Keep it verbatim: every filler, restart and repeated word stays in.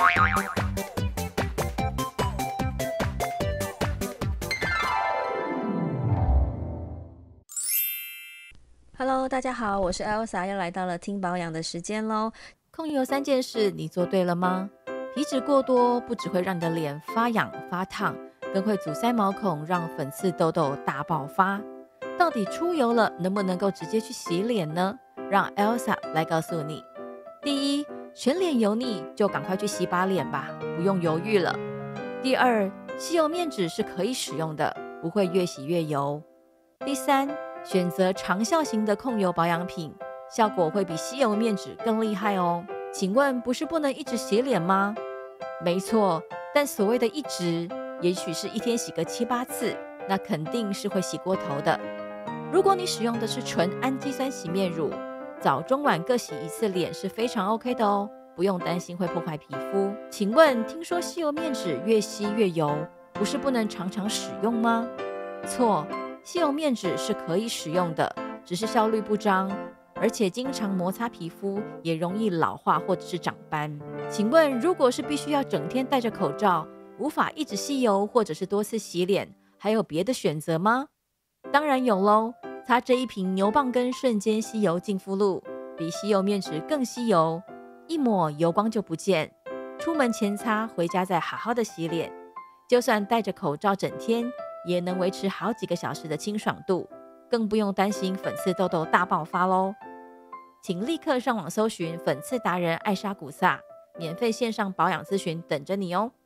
Hello， 大家好，我是 Elsa， 又来到了听保养的时间咯。 控油三件事，你做对了吗？皮脂过多不只会让你的脸发痒发烫，更会阻塞毛孔，让粉刺痘痘大爆发。到底出油了，能不能够直接去洗脸呢？让 Elsa 来告诉你。第一，全脸油腻就赶快去洗把脸吧，不用犹豫了。第二，吸油面纸是可以使用的，不会越洗越油。第三，选择长效型的控油保养品，效果会比吸油面纸更厉害哦。请问不是不能一直洗脸吗？没错，但所谓的一直，也许是一天洗个七八次，那肯定是会洗过头的。如果你使用的是纯氨基酸洗面乳，早中晚各洗一次脸是非常 OK 的哦，不用担心会破坏皮肤。请问听说吸油面纸越吸越油，不是不能常常使用吗？错，吸油面纸是可以使用的，只是效率不彰，而且经常摩擦皮肤，也容易老化或者是长斑。请问，如果是必须要整天戴着口罩，无法一直吸油或者是多次洗脸，还有别的选择吗？当然有咯，擦这一瓶牛蒡根瞬间吸油净肤露，比吸油面纸更吸油，一抹油光就不见。出门前擦，回家再好好的洗脸，就算戴着口罩整天，也能维持好几个小时的清爽度，更不用担心粉刺痘痘大爆发咯。请立刻上网搜寻粉刺达人艾莎古萨，免费线上保养咨询等着你哦。